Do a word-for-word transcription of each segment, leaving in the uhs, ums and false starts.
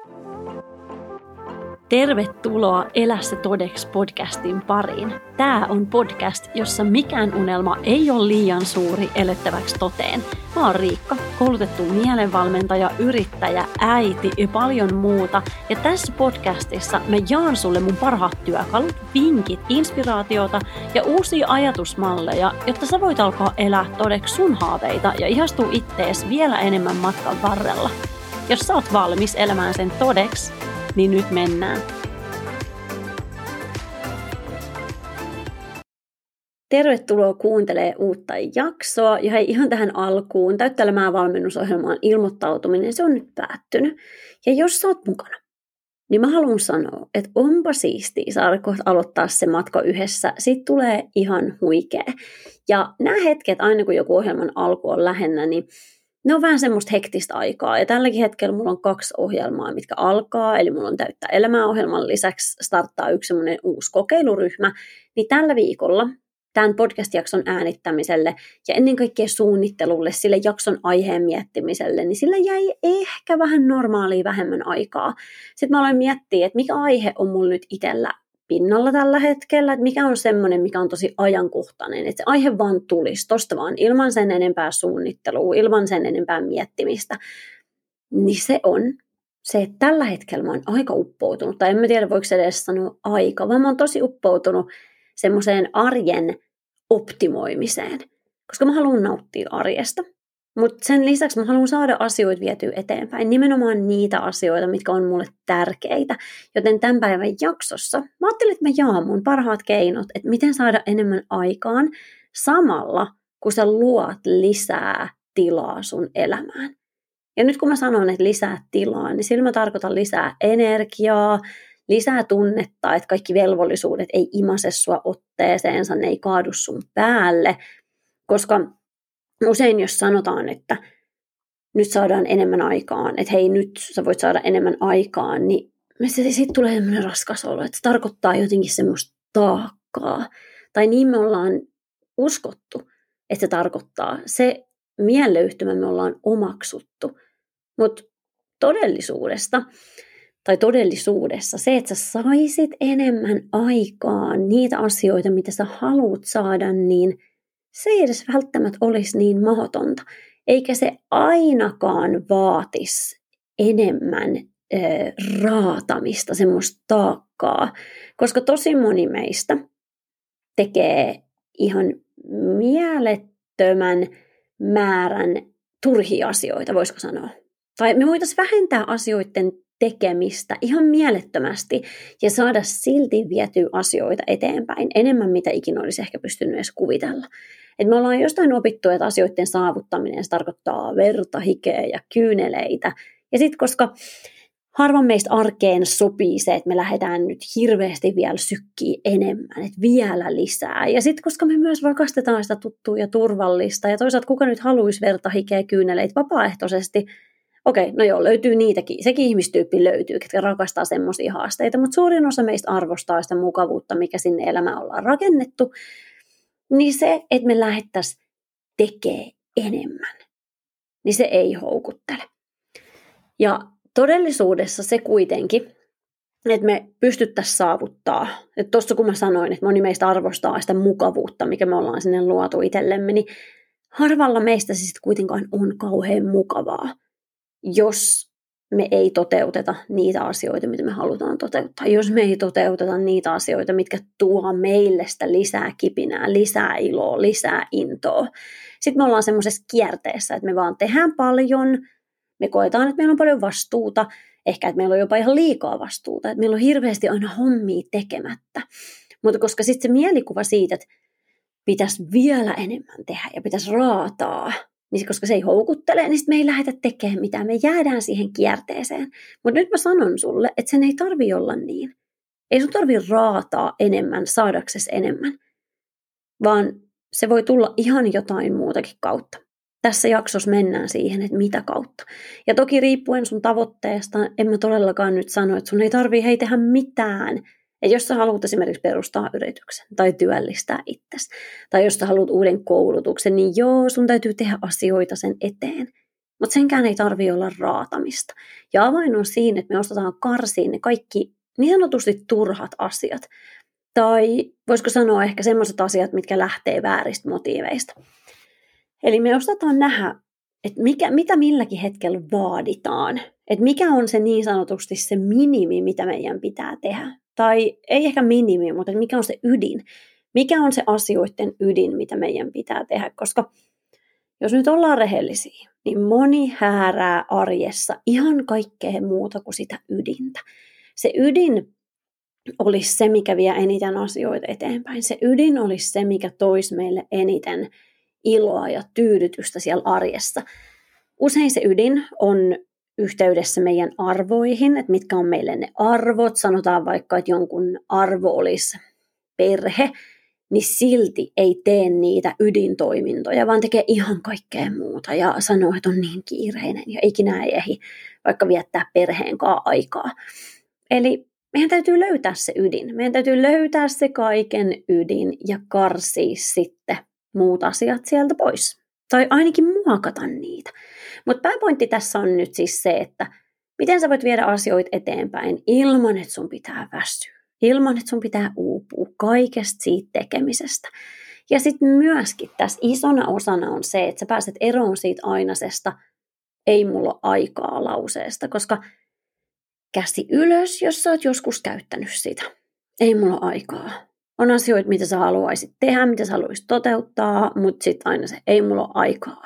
Tervetuloa Elä se todeksi podcastin pariin. Tämä on podcast, jossa mikään unelma ei ole liian suuri elettäväksi toteen. Mä oon Riikka, koulutettu mielenvalmentaja, yrittäjä, äiti ja paljon muuta. Ja tässä podcastissa mä jaan sulle mun parhaat työkalut, vinkit, inspiraatiota ja uusia ajatusmalleja, jotta sä voit alkaa elää todeksi sun haaveita ja ihastua ittees vielä enemmän matkan varrella. Jos sä oot valmis elämään sen todeksi, niin nyt mennään. Tervetuloa kuuntelemaan uutta jaksoa. Ja hei, ihan tähän alkuun, täyttelemään valmennusohjelmaan ilmoittautuminen, se on nyt päättynyt. Ja jos sä oot mukana, niin mä haluan sanoa, että onpa siistiä saada kohta aloittaa se matka yhdessä. Siitä tulee ihan huikea. Ja nämä hetket, aina kun joku ohjelman alku on lähennä, niin ne on vähän semmoista hektistä aikaa, ja tälläkin hetkellä mulla on kaksi ohjelmaa, mitkä alkaa, eli mulla on Täyttää elämää -ohjelman lisäksi starttaa yksi semmoinen uusi kokeiluryhmä, niin tällä viikolla tämän podcast-jakson äänittämiselle ja ennen kaikkea suunnittelulle, sille jakson aiheen miettimiselle, niin sillä jäi ehkä vähän normaalia vähemmän aikaa. Sitten mä aloin miettiä, että mikä aihe on mulla nyt itsellä pinnalla tällä hetkellä, että mikä on semmoinen, mikä on tosi ajankohtainen, että se aihe vaan tulisi tosta vaan ilman sen enempää suunnittelua, ilman sen enempää miettimistä, niin se on se, että tällä hetkellä mä oon aika uppoutunut, tai en mä tiedä voiko edes sanoa aika, vaan mä oon tosi uppoutunut semmoiseen arjen optimoimiseen, koska mä haluan nauttia arjesta. Mutta sen lisäksi mä haluan saada asioita vietyä eteenpäin, nimenomaan niitä asioita, mitkä on mulle tärkeitä. Joten tämän päivän jaksossa mä ajattelin, että mä jaan mun parhaat keinot, että miten saada enemmän aikaan samalla, kun sä luot lisää tilaa sun elämään. Ja nyt kun mä sanon, että lisää tilaa, niin sillä mä tarkoitan lisää energiaa, lisää tunnetta, että kaikki velvollisuudet ei imase sua otteeseensa, ne ei kaadu sun päälle, koska usein jos sanotaan, että nyt saadaan enemmän aikaan, että hei nyt sä voit saada enemmän aikaan, niin sitten tulee sellainen raskas olo, että se tarkoittaa jotenkin semmoista taakkaa. Tai niin me ollaan uskottu, että se tarkoittaa. Se mieleyhtymä me ollaan omaksuttu. Mutta todellisuudesta, tai todellisuudessa se, että sä saisit enemmän aikaan niitä asioita, mitä sä haluat saada, niin se ei edes välttämättä olisi niin mahdotonta, eikä se ainakaan vaatisi enemmän ö, raatamista, semmoista taakkaa, koska tosi moni meistä tekee ihan mielettömän määrän turhia asioita, voisiko sanoa. Tai me voitaisiin vähentää asioiden tekemistä ihan mielettömästi ja saada silti vietyä asioita eteenpäin enemmän, mitä ikinä olisi ehkä pystynyt edes kuvitella. Et me ollaan jostain opittu, että asioiden saavuttaminen se tarkoittaa verta, hikeä ja kyyneleitä. Ja sitten koska harvan meistä arkeen sopii se, että me lähdetään nyt hirveästi vielä sykkiä enemmän, että vielä lisää. Ja sitten koska me myös rakastetaan sitä tuttua ja turvallista ja toisaalta kuka nyt haluaisi verta, hikeä ja kyyneleitä vapaaehtoisesti, okei, no joo, löytyy niitäkin. Sekin ihmistyyppi löytyy, ketkä rakastaa semmoisia haasteita, mutta suurin osa meistä arvostaa sitä mukavuutta, mikä sinne elämään ollaan rakennettu. Niin se, että me lähdettäisiin tekemään enemmän, niin se ei houkuttele. Ja todellisuudessa se kuitenkin, että me pystyttäisiin saavuttaa, että tuossa kun mä sanoin, että moni meistä arvostaa sitä mukavuutta, mikä me ollaan sinne luotu itsellemme, niin harvalla meistä siis kuitenkaan on kauhean mukavaa, jos me ei toteuteta niitä asioita, mitä me halutaan toteuttaa. Jos me ei toteuteta niitä asioita, mitkä tuo meille sitä lisää kipinää, lisää iloa, lisää intoa. Sitten me ollaan semmoisessa kierteessä, että me vaan tehdään paljon, me koetaan, että meillä on paljon vastuuta, ehkä että meillä on jopa ihan liikaa vastuuta, että meillä on hirveästi aina hommia tekemättä. Mutta koska sitten se mielikuva siitä, että pitäisi vielä enemmän tehdä ja pitäisi raataa, niin koska se ei houkuttele, niin sitten me ei lähdetä tekemään mitään. Me jäädään siihen kierteeseen. Mutta nyt mä sanon sulle, että sen ei tarvitse olla niin. Ei sun tarvitse raataa enemmän saadaksesi enemmän, vaan se voi tulla ihan jotain muutakin kautta. Tässä jaksossa mennään siihen, että mitä kautta. Ja toki riippuen sun tavoitteesta, en mä todellakaan nyt sano, että sun ei tarvitse hei tehdä mitään. Ja jos sä haluat esimerkiksi perustaa yrityksen tai työllistää itsesi, tai jos sä haluat uuden koulutuksen, niin joo, sun täytyy tehdä asioita sen eteen. mutta senkään ei tarvitse olla raatamista. Ja avain on siinä, että me osataan karsia ne kaikki niin sanotusti turhat asiat. Tai voisiko sanoa ehkä sellaiset asiat, mitkä lähtee vääristä motiiveista. Eli me osataan nähdä, että mikä, mitä milläkin hetkellä vaaditaan. Että mikä on se niin sanotusti se minimi, mitä meidän pitää tehdä. Tai ei ehkä minimi, mutta mikä on se ydin. Mikä on se asioiden ydin, mitä meidän pitää tehdä. Koska jos nyt ollaan rehellisiä, niin moni häärää arjessa ihan kaikkea muuta kuin sitä ydintä. Se ydin olisi se, mikä vie eniten asioita eteenpäin. Se ydin olisi se, mikä toisi meille eniten iloa ja tyydytystä siellä arjessa. Usein se ydin on yhteydessä meidän arvoihin, että mitkä on meille ne arvot. Sanotaan vaikka, että jonkun arvo olisi perhe, niin silti ei tee niitä ydintoimintoja, vaan tekee ihan kaikkea muuta ja sanoo, että on niin kiireinen ja ikinä ei ehdi vaikka viettää perheen kanssa aikaa. Eli meidän täytyy löytää se ydin. Meidän täytyy löytää se kaiken ydin ja karsia sitten muut asiat sieltä pois. Tai ainakin muokata niitä. Mutta pääpointti tässä on nyt siis se, että miten sä voit viedä asioita eteenpäin ilman, että sun pitää väsyä. Ilman, että sun pitää uupua kaikesta siitä tekemisestä. Ja sitten myöskin tässä isona osana on se, että sä pääset eroon siitä ainaisesta ei mulla ole aikaa lauseesta, koska käsi ylös, jos sä oot joskus käyttänyt sitä. Ei mulla ole aikaa. On asioita, mitä sä haluaisit tehdä, mitä sä haluaisit toteuttaa, mutta sitten aina se ei mulla ole aikaa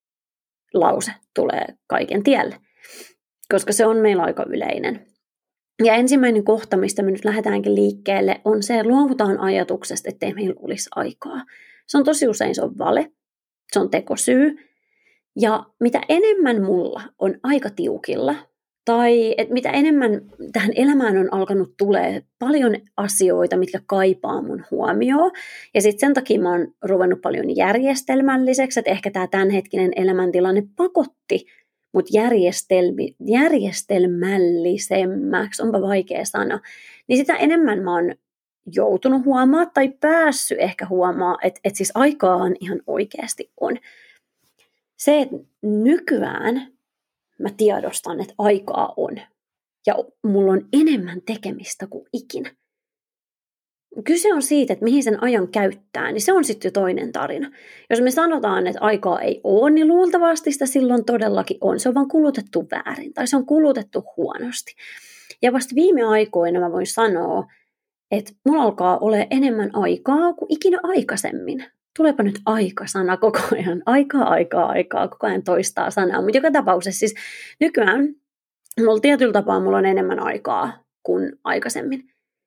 lause tulee kaiken tielle, koska se on meillä aika yleinen. Ja ensimmäinen kohta, mistä me nyt lähdetäänkin liikkeelle, on se, että luovutaan ajatuksesta, ettei meillä olisi aikaa. Se on tosi usein se on vale, se on tekosyy. Ja mitä enemmän mulla on aika tiukilla, tai että mitä enemmän tähän elämään on alkanut tulee paljon asioita, mitkä kaipaa mun huomioon. Ja sitten sen takia mä oon ruvennut paljon järjestelmälliseksi, että ehkä tämä tämänhetkinen elämäntilanne pakotti mut järjestelmällisemmäksi, onpa vaikea sana, niin sitä enemmän mä oon joutunut huomaamaan tai päässyt ehkä huomaamaan, että, että siis aikaan ihan oikeasti on. Se, että nykyään mä tiedostan, että aikaa on ja mulla on enemmän tekemistä kuin ikinä. Kyse on siitä, että mihin sen ajan käyttää, niin se on sitten jo toinen tarina. Jos me sanotaan, että aikaa ei ole, niin luultavasti sitä silloin todellakin on. Se on vaan kulutettu väärin tai se on kulutettu huonosti. Ja vasta viime aikoina mä voin sanoa, että mulla alkaa olla enemmän aikaa kuin ikinä aikaisemmin. Tuleepa nyt aika-sana koko ajan. Aikaa, aikaa, aikaa. Koko ajan toistaa sanaa. Mutta joka tapauksessa siis nykyään mulla tietyllä tapaa mulla on enemmän aikaa kuin aikaisemmin.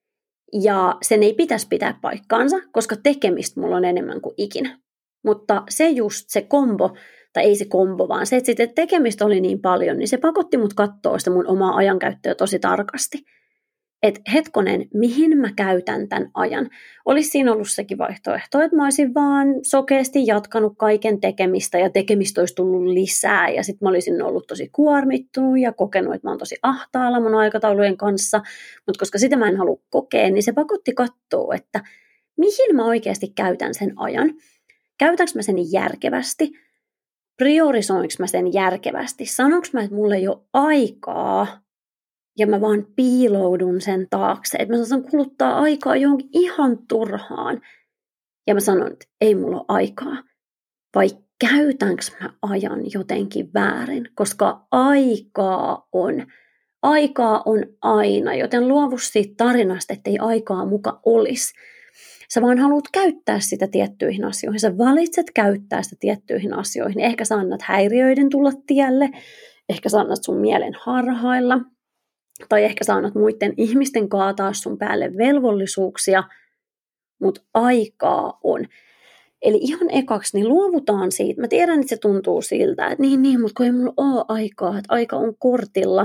Ja sen ei pitäisi pitää paikkaansa, koska tekemistä mulla on enemmän kuin ikinä. Mutta se just se kombo, tai ei se kombo, vaan se, että sitten tekemistä oli niin paljon, niin se pakotti mut katsoa sitä mun omaa ajankäyttöä tosi tarkasti. Että hetkonen, mihin mä käytän tämän ajan? Olisi siinä ollut sekin vaihtoehto, että mä olisin vaan sokeasti jatkanut kaiken tekemistä ja tekemistä olisi tullut lisää. Ja sitten mä olisin ollut tosi kuormittunut ja kokenut, että mä oon tosi ahtaalla mun aikataulujen kanssa. Mutta koska sitä mä en halua kokea, niin se pakotti katsoa, että mihin mä oikeasti käytän sen ajan. Käytänkö mä sen järkevästi? Priorisoinko mä sen järkevästi? Sanoinko mä, että mulla ei ole aikaa? Ja mä vaan piiloudun sen taakse, että mä saan kuluttaa aikaa johonkin ihan turhaan. Ja mä sanon, että ei mulla ole aikaa. Vai käytänkö mä ajan jotenkin väärin? Koska aikaa on. Aikaa on aina, joten luovu siitä tarinasta, ettei aikaa muka olisi. Sä vaan haluat käyttää sitä tiettyihin asioihin. Sä valitset käyttää sitä tiettyihin asioihin. Ehkä sä annat häiriöiden tulla tielle. Ehkä sä annat sun mielen harhailla. Tai ehkä sä annat muiden ihmisten kaataa sun päälle velvollisuuksia, mutta aikaa on. Eli ihan ekaksi niin luovutaan siitä. Mä tiedän, että se tuntuu siltä, että niin, niin, mutta kun ei mulla ole aikaa, että aika on kortilla.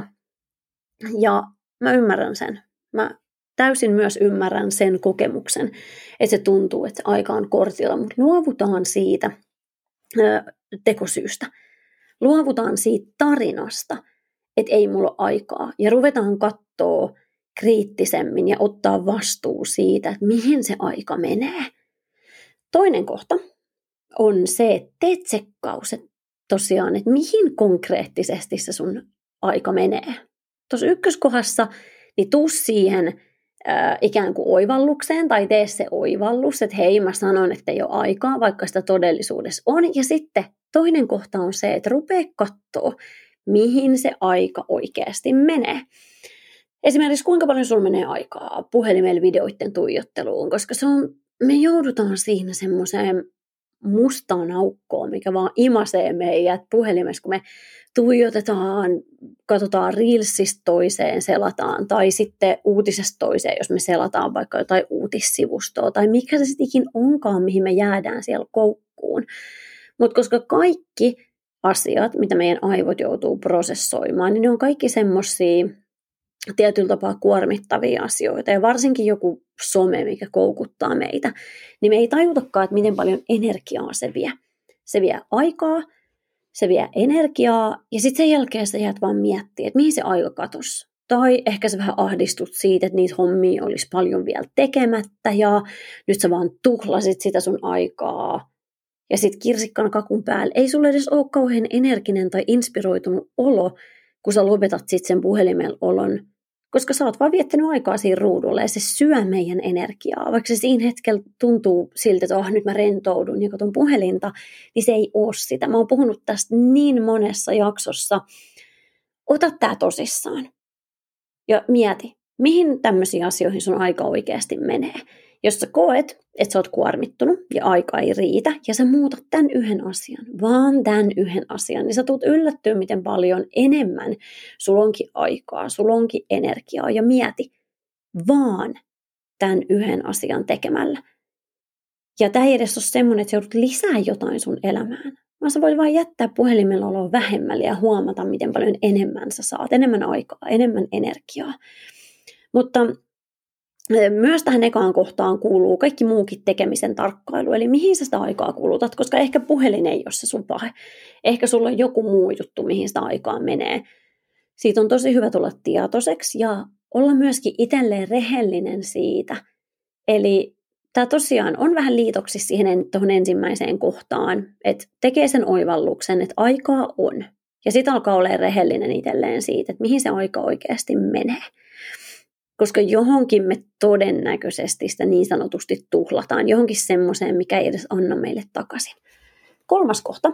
Ja mä ymmärrän sen. Mä täysin myös ymmärrän sen kokemuksen, että se tuntuu, että se aika on kortilla, mutta luovutaan siitä ö, tekosyystä. Luovutaan siitä tarinasta, että ei mulla ole aikaa. Ja ruvetaan katsoa kriittisemmin ja ottaa vastuu siitä, että mihin se aika menee. Toinen kohta on se, että tee tsekkaus, että tosiaan, että mihin konkreettisesti se sun aika menee. Tuossa ykköskohdassa, niin tuu siihen äh, ikään kuin oivallukseen tai tee se oivallus, että hei, mä sanon, että ei ole aikaa, vaikka sitä todellisuudessa on. Ja sitten toinen kohta on se, että rupea katsoa, mihin se aika oikeasti menee. Esimerkiksi kuinka paljon sulla menee aikaa puhelimella videoiden tuijotteluun, koska se on, me joudutaan siinä semmoiseen mustaan aukkoon, mikä vaan imasee meidät puhelimessa, kun me tuijotetaan, katsotaan reelsistä toiseen, selataan, tai sitten uutisesta toiseen, jos me selataan vaikka jotain uutissivustoa, tai mikä se sitten ikin onkaan, mihin me jäädään siellä koukkuun. Mutta koska kaikki asiat, mitä meidän aivot joutuu prosessoimaan, niin ne on kaikki semmoisia tietyllä tapaa kuormittavia asioita, ja varsinkin joku some, mikä koukuttaa meitä, niin me ei tajutakaan, että miten paljon energiaa se vie. Se vie aikaa, se vie energiaa, ja sitten sen jälkeen sä jäät vaan miettimään, että mihin se aika katosi. Tai ehkä sä vähän ahdistut siitä, että niitä hommia olisi paljon vielä tekemättä, ja nyt sä vaan tuhlasit sitä sun aikaa. Ja sitten kirsikkana kakun päällä ei sulle edes ole kauhean energinen tai inspiroitunut olo, kun sä lopetat sitten sen puhelimella olon, koska sä oot vaan viettänyt aikaa siinä ruudulla ja se syö meidän energiaa. Vaikka se siinä hetkellä tuntuu siltä, että oh, nyt mä rentoudun ja katon puhelinta, niin se ei ole sitä. Mä oon puhunut tästä niin monessa jaksossa. Ota tää tosissaan ja mieti, mihin tämmöisiin asioihin sun aika oikeasti menee. Jos sä koet, että sä oot kuormittunut ja aika ei riitä, ja sä muutat tämän yhden asian, vaan tämän yhden asian, niin sä tulet yllättyä, miten paljon enemmän sulla onkin aikaa, sulla onkin energiaa, ja mieti vaan tämän yhden asian tekemällä. Ja tämä ei edes ole semmoinen, että sä joudut lisää jotain sun elämään, vaan sä voit vaan jättää puhelimella oloa vähemmälle ja huomata, miten paljon enemmän sä saat, enemmän aikaa, enemmän energiaa. Mutta myös tähän ekaan kohtaan kuuluu kaikki muukin tekemisen tarkkailu, eli mihin sä sitä aikaa kulutat, koska ehkä puhelin ei ole se sun pahe. Ehkä sulla on joku muu juttu, mihin sitä aikaa menee. Siitä on tosi hyvä tulla tietoiseksi ja olla myöskin itselleen rehellinen siitä. Eli tämä tosiaan on vähän liitoksissa siihen tuohon ensimmäiseen kohtaan, että tekee sen oivalluksen, että aikaa on. Ja sitten alkaa olla rehellinen itselleen siitä, että mihin se aika oikeasti menee. Koska johonkin me todennäköisesti sitä niin sanotusti tuhlataan, johonkin semmoiseen, mikä ei edes anna meille takaisin. Kolmas kohta,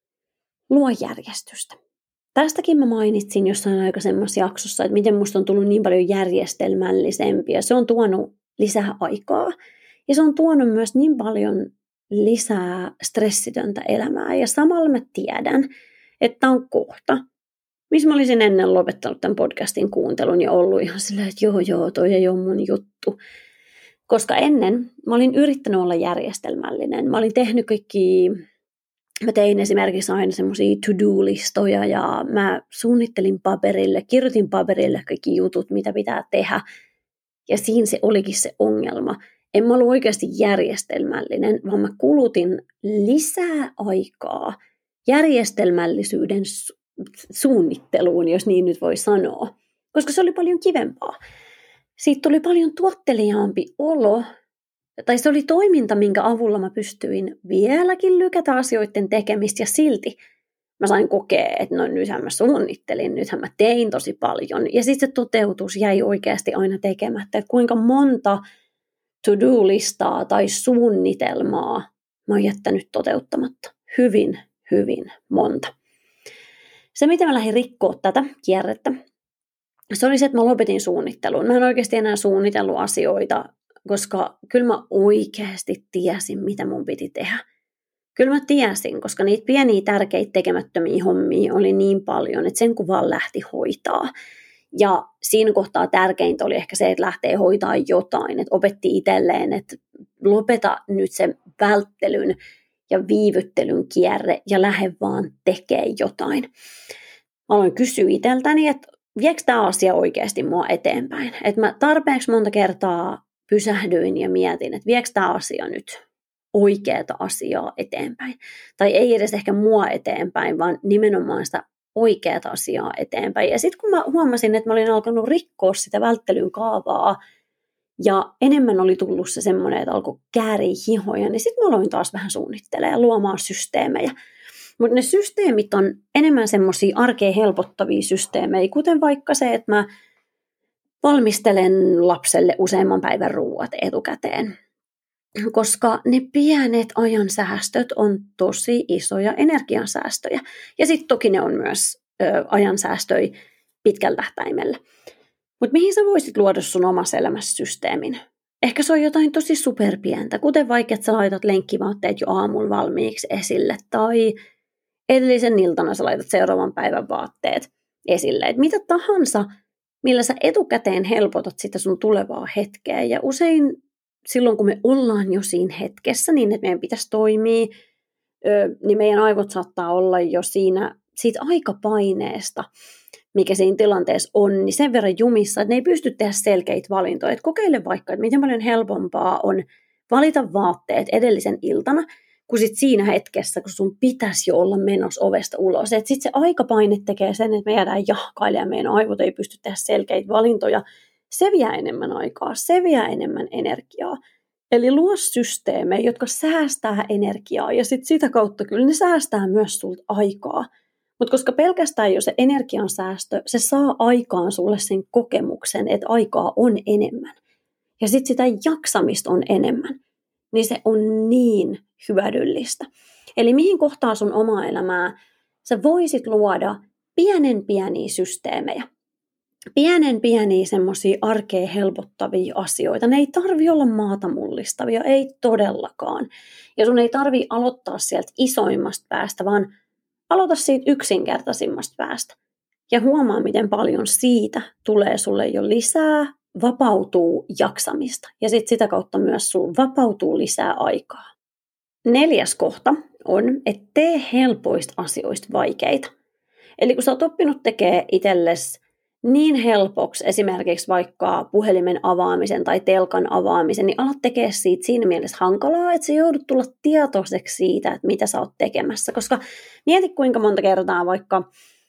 luo järjestystä. Tästäkin mä mainitsin jossain aikaisemmassa jaksossa, että miten musta on tullut niin paljon järjestelmällisempiä. Se on tuonut lisää aikaa ja se on tuonut myös niin paljon lisää stressitöntä elämää. Ja samalla mä tiedän, että on kohta, missä mä olisin ennen lopettanut tämän podcastin kuuntelun ja ollut ihan silleen, että joo, joo, toi ei ole mun juttu. Koska ennen mä olin yrittänyt olla järjestelmällinen. Mä olin tehnyt kaikki, mä tein esimerkiksi aina semmoisia to-do-listoja ja mä suunnittelin paperille, kirjoitin paperille kaikki jutut, mitä pitää tehdä. Ja siinä se olikin se ongelma. En mä ollut oikeasti järjestelmällinen, vaan mä kulutin lisää aikaa järjestelmällisyyden suunnitteluun, jos niin nyt voi sanoa, koska se oli paljon kivempaa. Siitä tuli paljon tuotteliaampi olo, tai se oli toiminta, minkä avulla mä pystyin vieläkin lykätä asioiden tekemistä, ja silti mä sain kokea, että no nythän mä suunnittelin, nythän mä tein tosi paljon, ja sitten se toteutus jäi oikeasti aina tekemättä, että kuinka monta to-do-listaa tai suunnitelmaa mä oon jättänyt toteuttamatta. Hyvin, hyvin monta. Se, miten mä lähdin rikkoa tätä kierrettä, se oli se, että mä lopetin suunnittelun. Mä en oikeasti enää suunnitellut asioita, koska kyllä mä oikeasti tiesin, mitä mun piti tehdä. Kyllä mä tiesin, koska niitä pieniä tärkeitä tekemättömiä hommia oli niin paljon, että sen kun vaan lähti hoitaa. Ja siinä kohtaa tärkeintä oli ehkä se, että lähtee hoitaa jotain, että opetti itselleen, että lopeta nyt sen välttelyn ja viivyttelyn kierre ja lähde vaan tekemään jotain. Mä aloin kysyä itseltäni, että viekö tämä asia oikeasti mua eteenpäin? Että mä tarpeeksi monta kertaa pysähdyin ja mietin, että viekö tämä asia nyt oikeata asiaa eteenpäin. Tai ei edes ehkä mua eteenpäin, vaan nimenomaan sitä oikeata asiaa eteenpäin. Ja sitten kun mä huomasin, että mä olin alkanut rikkoa sitä välttelyn kaavaa, ja enemmän oli tullut se semmoinen, että alkoi kääriä hihoja, niin sitten mä aloin taas vähän suunnittelemaan ja luomaan systeemejä. Mutta ne systeemit on enemmän semmoisia arkeen helpottavia systeemejä, kuten vaikka se, että mä valmistelen lapselle useamman päivän ruuat etukäteen. Koska ne pienet ajansäästöt on tosi isoja energiansäästöjä. Ja sitten toki ne on myös ö, ajansäästöjä pitkällä tähtäimellä. Mutta mihin sä voisit luoda sun omassa elämässä systeemin? Ehkä se on jotain tosi superpientä, kuten vaikka, että sä laitat lenkkivaatteet jo aamulla valmiiksi esille, tai edellisen iltana sä laitat seuraavan päivän vaatteet esille. Et mitä tahansa, millä sä etukäteen helpotat sitä sun tulevaa hetkeä. Ja usein silloin, kun me ollaan jo siinä hetkessä, niin että meidän pitäisi toimia, niin meidän aivot saattaa olla jo siinä siitä aikapaineesta, mikä siinä tilanteessa on, niin sen verran jumissa, että ne ei pysty tehdä selkeitä valintoja. Että kokeile vaikka, että miten paljon helpompaa on valita vaatteet edellisen iltana, kuin sit siinä hetkessä, kun sun pitäisi jo olla menossa ovesta ulos. Sitten se aikapaine tekee sen, että me jäädään jahkailemaan, meidän aivot ei pysty tehdä selkeitä valintoja. Se vie enemmän aikaa, se vie enemmän energiaa. Eli luo systeemejä, jotka säästää energiaa, ja sit sitä kautta kyllä ne säästää myös sulta aikaa. Mutta koska pelkästään jo se energiansäästö, se saa aikaan sulle sen kokemuksen, että aikaa on enemmän. Ja sitten sitä jaksamista on enemmän. Niin se on niin hyödyllistä. Eli mihin kohtaan sun omaa elämää sä voisit luoda pienen pieniä systeemejä. Pienen pieniä semmoisia arkea helpottavia asioita. Ne ei tarvi olla maata mullistavia, ei todellakaan. Ja sun ei tarvi aloittaa sieltä isoimmasta päästä, vaan aloita siitä yksinkertaisimmasta päästä. Ja huomaa, miten paljon siitä tulee sulle jo lisää, vapautuu jaksamista. Ja sitten sitä kautta myös sulla vapautuu lisää aikaa. Neljäs kohta on, että tee helpoista asioista vaikeita. Eli kun sä oot oppinut tekemään itsellesi niin helpoksi esimerkiksi vaikka puhelimen avaamisen tai telkan avaamisen, niin alat tekemään siitä siinä mielessä hankalaa, että sä joudut tulla tietoiseksi siitä, että mitä sä oot tekemässä. Koska mieti kuinka monta kertaa vaikka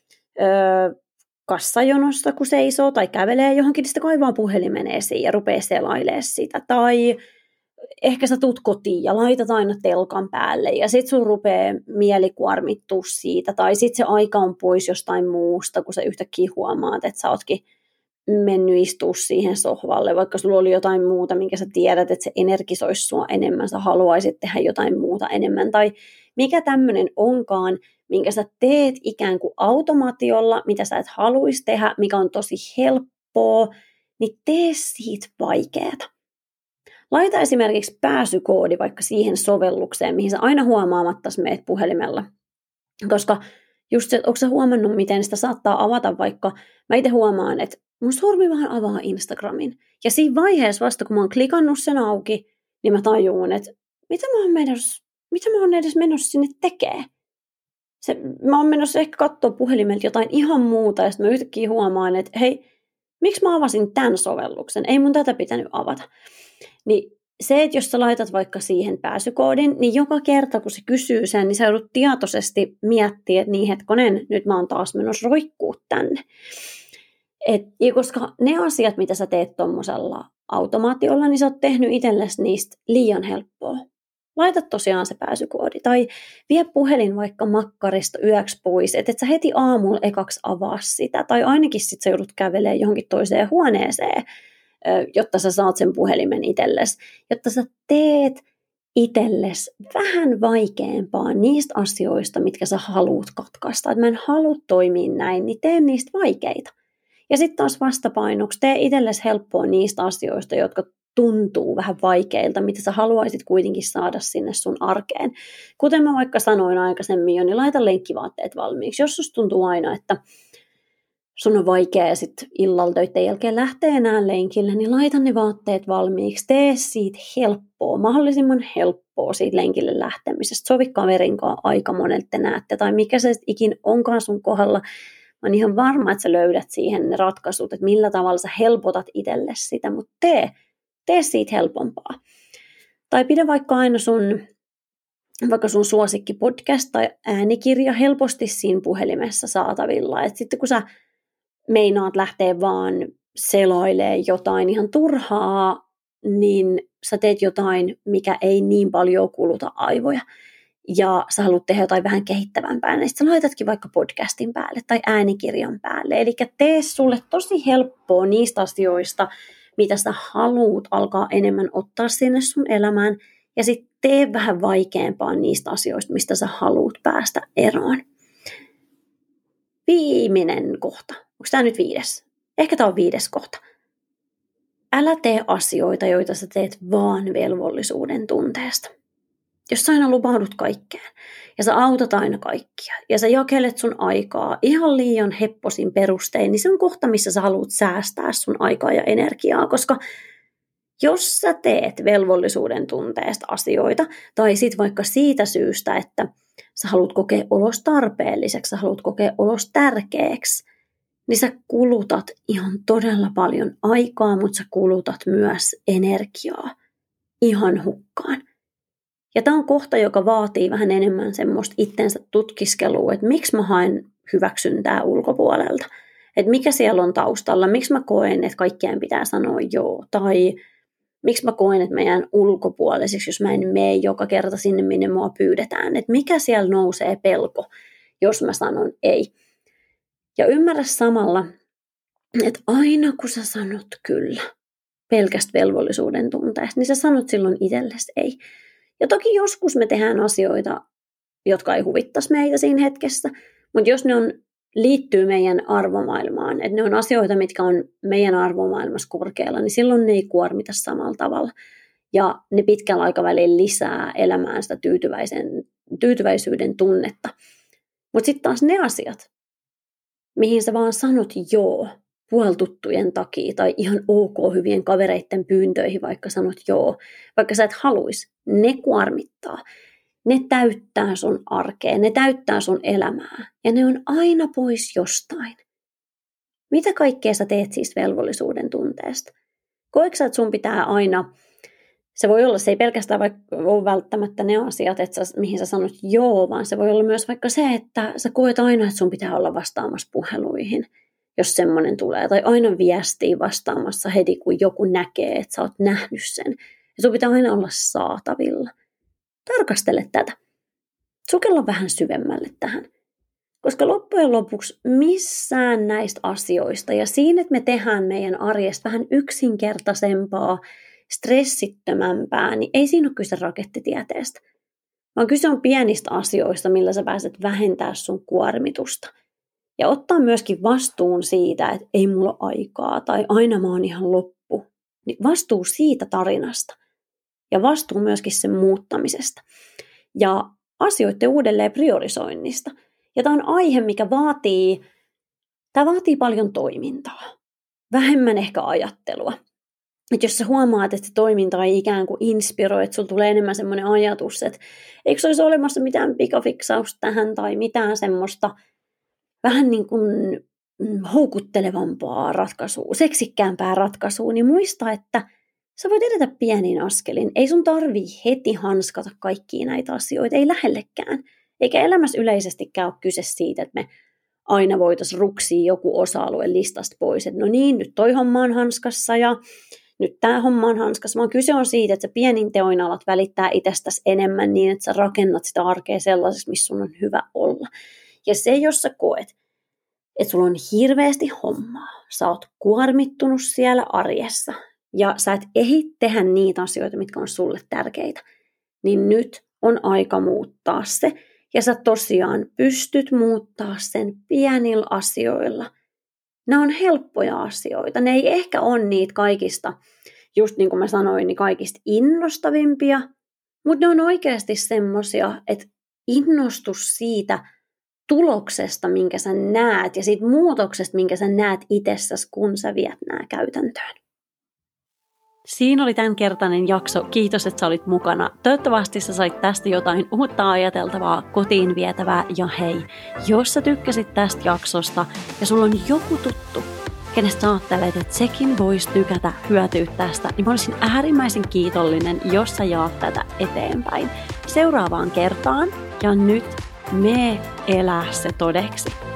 öö, kassajonosta, kun seisoo tai kävelee johonkin, niin sitä kaivaa puhelimen esiin ja rupeaa selailemaan sitä. Tai ehkä sä tuut kotiin ja laitat aina telkan päälle ja sit sun rupeaa mieli kuormittua siitä. Tai sit se aika on pois jostain muusta, kun sä yhtäkkiä huomaat, että sä ootkin mennyt istua siihen sohvalle, vaikka sulla oli jotain muuta, minkä sä tiedät, että se energisoisi sua enemmän, sä haluaisit tehdä jotain muuta enemmän. Tai mikä tämmöinen onkaan, minkä sä teet ikään kuin automaatiolla, mitä sä et haluaisi tehdä, mikä on tosi helppoa, niin tee siitä vaikeata. Laita esimerkiksi pääsykoodi vaikka siihen sovellukseen, mihin sä aina huomaamattas meet puhelimella. Koska just se, että onko sä huomannut, miten sitä saattaa avata vaikka, mä itse huomaan, että mun sormi vaan avaa Instagramin. Ja siinä vaiheessa vasta, kun mä oon klikannut sen auki, niin mä tajuun, että mitä mä oon, menossa, mitä mä oon edes menossa sinne tekee. Se, mä oon menossa ehkä katsoa puhelimelta jotain ihan muuta, ja sitten mä yhtäkkiä huomaan, että hei, miksi mä avasin tämän sovelluksen? Ei mun tätä pitänyt avata. Niin se, että jos sä laitat vaikka siihen pääsykoodin, niin joka kerta, kun se kysyy sen, niin sä joudut tietoisesti miettiä, että niin hetkonen, nyt mä oon taas menossa roikkuu tänne. Et, ja koska ne asiat, mitä sä teet tommosella automaatiolla, niin sä oot tehnyt itsellesi niistä liian helppoa. Laita tosiaan se pääsykoodi. Tai vie puhelin vaikka makkarista yöksi pois, että et sä heti aamulla ekaksi avaa sitä. Tai ainakin sit sä joudut kävelemään johonkin toiseen huoneeseen, jotta sä saat sen puhelimen itsellesi. Jotta sä teet itsellesi vähän vaikeampaa niistä asioista, mitkä sä haluut katkaista. Että mä en halua toimia näin, niin tee niistä vaikeita. Ja sitten taas vastapainoksi, tee itsellesi helppoa niistä asioista, jotka tuntuu vähän vaikeilta, mitä sä haluaisit kuitenkin saada sinne sun arkeen. Kuten mä vaikka sanoin aikaisemmin jo, niin laita lenkkivaatteet valmiiksi. Jos susta tuntuu aina, että sun on vaikea ja sitten illalla töiden jälkeen lähtee enää lenkille, niin laita ne vaatteet valmiiksi. Tee siitä helppoa, mahdollisimman helppoa siitä lenkille lähtemisestä. Sovi kaverin kanssa aika monelta te näette, tai mikä se ikin onkaan sun kohdalla. Mä oon ihan varma, että sä löydät siihen ne ratkaisut, että millä tavalla sä helpotat itsellesi sitä, mutta tee, tee siitä helpompaa. Tai pidä vaikka aina sun, vaikka sun suosikki podcast tai äänikirja helposti siinä puhelimessa saatavilla. Et sitten kun sä meinaat lähteä vaan selailemaan jotain ihan turhaa, niin sä teet jotain, mikä ei niin paljon kuluta aivoja. ja sä haluat tehdä jotain vähän kehittävämpää, niin sitten sä laitatkin vaikka podcastin päälle tai äänikirjan päälle. Eli tee sulle tosi helppoa niistä asioista, mitä sä haluat alkaa enemmän ottaa sinne sun elämään, ja sitten tee vähän vaikeampaa niistä asioista, mistä sä haluat päästä eroon. Viimeinen kohta. Onko tämä nyt viides? Ehkä tämä on viides kohta. Älä tee asioita, joita sä teet vaan velvollisuuden tunteesta. Jos sä aina lupaudut kaikkeen, ja sä autat aina kaikkia, ja sä jakelet sun aikaa ihan liian hepposin perustein, niin se on kohta, missä sä haluat säästää sun aikaa ja energiaa, koska jos sä teet velvollisuuden tunteesta asioita, tai sit vaikka siitä syystä, että sä haluat kokea olos tarpeelliseksi, sä haluat kokea olos tärkeäksi, niin sä kulutat ihan todella paljon aikaa, mutta sä kulutat myös energiaa ihan hukkaan. Ja tämä on kohta, joka vaatii vähän enemmän semmoista itsensä tutkiskelua, että miksi mä haen hyväksyntää ulkopuolelta. Että mikä siellä on taustalla, miksi mä koen, että kaikkeen pitää sanoa joo, tai miksi mä koen, että mä jään ulkopuoliseksi, jos mä en mene joka kerta sinne, minne mua pyydetään. Että mikä siellä nousee pelko, jos mä sanon ei. Ja ymmärrä samalla, että aina kun sä sanot kyllä pelkästä velvollisuuden tunteesta, niin sä sanot silloin itsellesi ei. Ja toki joskus me tehdään asioita, jotka ei huvittaisi meitä siinä hetkessä, mutta jos ne on, liittyy meidän arvomaailmaan, että ne on asioita, mitkä on meidän arvomaailmassa korkealla, niin silloin ne ei kuormita samalla tavalla. Ja ne pitkällä aikavälillä lisää elämään sitä tyytyväisen, tyytyväisyyden tunnetta. Mutta sitten taas ne asiat, mihin sä vaan sanot joo puoltuttujen takia tai ihan ok hyvien kavereiden pyyntöihin, vaikka sanot joo, vaikka sä et haluisi, ne kuormittaa. Ne täyttää sun arkea, ne täyttää sun elämää ja ne on aina pois jostain. Mitä kaikkea sä teet siis velvollisuuden tunteesta? Koetko sä, että sun pitää aina, se voi olla, se ei pelkästään vaikka ole välttämättä ne asiat, että sä, mihin sä sanot joo, vaan se voi olla myös vaikka se, että sä koet aina, että sun pitää olla vastaamassa puheluihin, jos semmoinen tulee, tai aina viestii vastaamassa heti, kun joku näkee, että sä oot nähnyt sen. Ja sun pitää aina olla saatavilla. Tarkastele tätä. Sukella vähän syvemmälle tähän. Koska loppujen lopuksi missään näistä asioista, ja siinä, että me tehdään meidän arjesta vähän yksinkertaisempaa, stressittömämpää, niin ei siinä ole kyse rakettitieteestä. Vaan kyse on pienistä asioista, millä sä pääset vähentämään sun kuormitusta. Ja ottaa myöskin vastuun siitä, että ei mulla ole aikaa tai aina mä oon ihan loppu. Niin vastuu siitä tarinasta. Ja vastuu myöskin sen muuttamisesta. Ja asioiden uudelleen priorisoinnista. Ja tämä on aihe, mikä vaatii, tämä vaatii paljon toimintaa. Vähemmän ehkä ajattelua. Että jos sä huomaat, että se toiminta ei ikään kuin inspiroi, että sulla tulee enemmän semmoinen ajatus, että eikö se olisi olemassa mitään pikafiksausta tähän tai mitään semmoista vähän niin kuin houkuttelevampaa ratkaisua, seksikkäämpää ratkaisua, niin muista, että sä voit edetä pienin askelin. Ei sun tarvii heti hanskata kaikkia näitä asioita, ei lähellekään. Eikä elämässä yleisestikään ole kyse siitä, että me aina voitaisiin ruksia joku osa-alue listasta pois. Että no niin, nyt toi homma on hanskassa ja nyt tämä homma on hanskassa. Vaan kyse on siitä, että sä pienin teoin alat välittää itsestäsi enemmän niin, että sä rakennat sitä arkea sellaisessa, missä sun on hyvä olla. Ja se, jos sä koet, että sulla on hirveästi hommaa, sä oot kuormittunut siellä arjessa ja sä et ehdi tehdä niitä asioita, mitkä on sulle tärkeitä, niin nyt on aika muuttaa se. Ja sä tosiaan pystyt muuttaa sen pienillä asioilla. Nämä on helppoja asioita. Ne ei ehkä ole niitä kaikista, just niin kuin mä sanoin, niin kaikista innostavimpia, mutta ne on oikeasti semmosia, että innostus siitä tuloksesta, minkä sä näet, ja siitä muutoksesta, minkä sä näet itsessäsi, kun sä viet nämä käytäntöön. Siinä oli tämänkertainen jakso. Kiitos, että sä olit mukana. Toivottavasti sä sait tästä jotain uutta ajateltavaa, kotiin vietävää. Ja hei, jos sä tykkäsit tästä jaksosta ja sulla on joku tuttu, kenestä sä ajattelet, että sekin voisi tykätä, hyötyä tästä, niin mä olisin äärimmäisen kiitollinen, jos sä jaat tätä eteenpäin. Seuraavaan kertaan ja nyt mee elää se todeksi.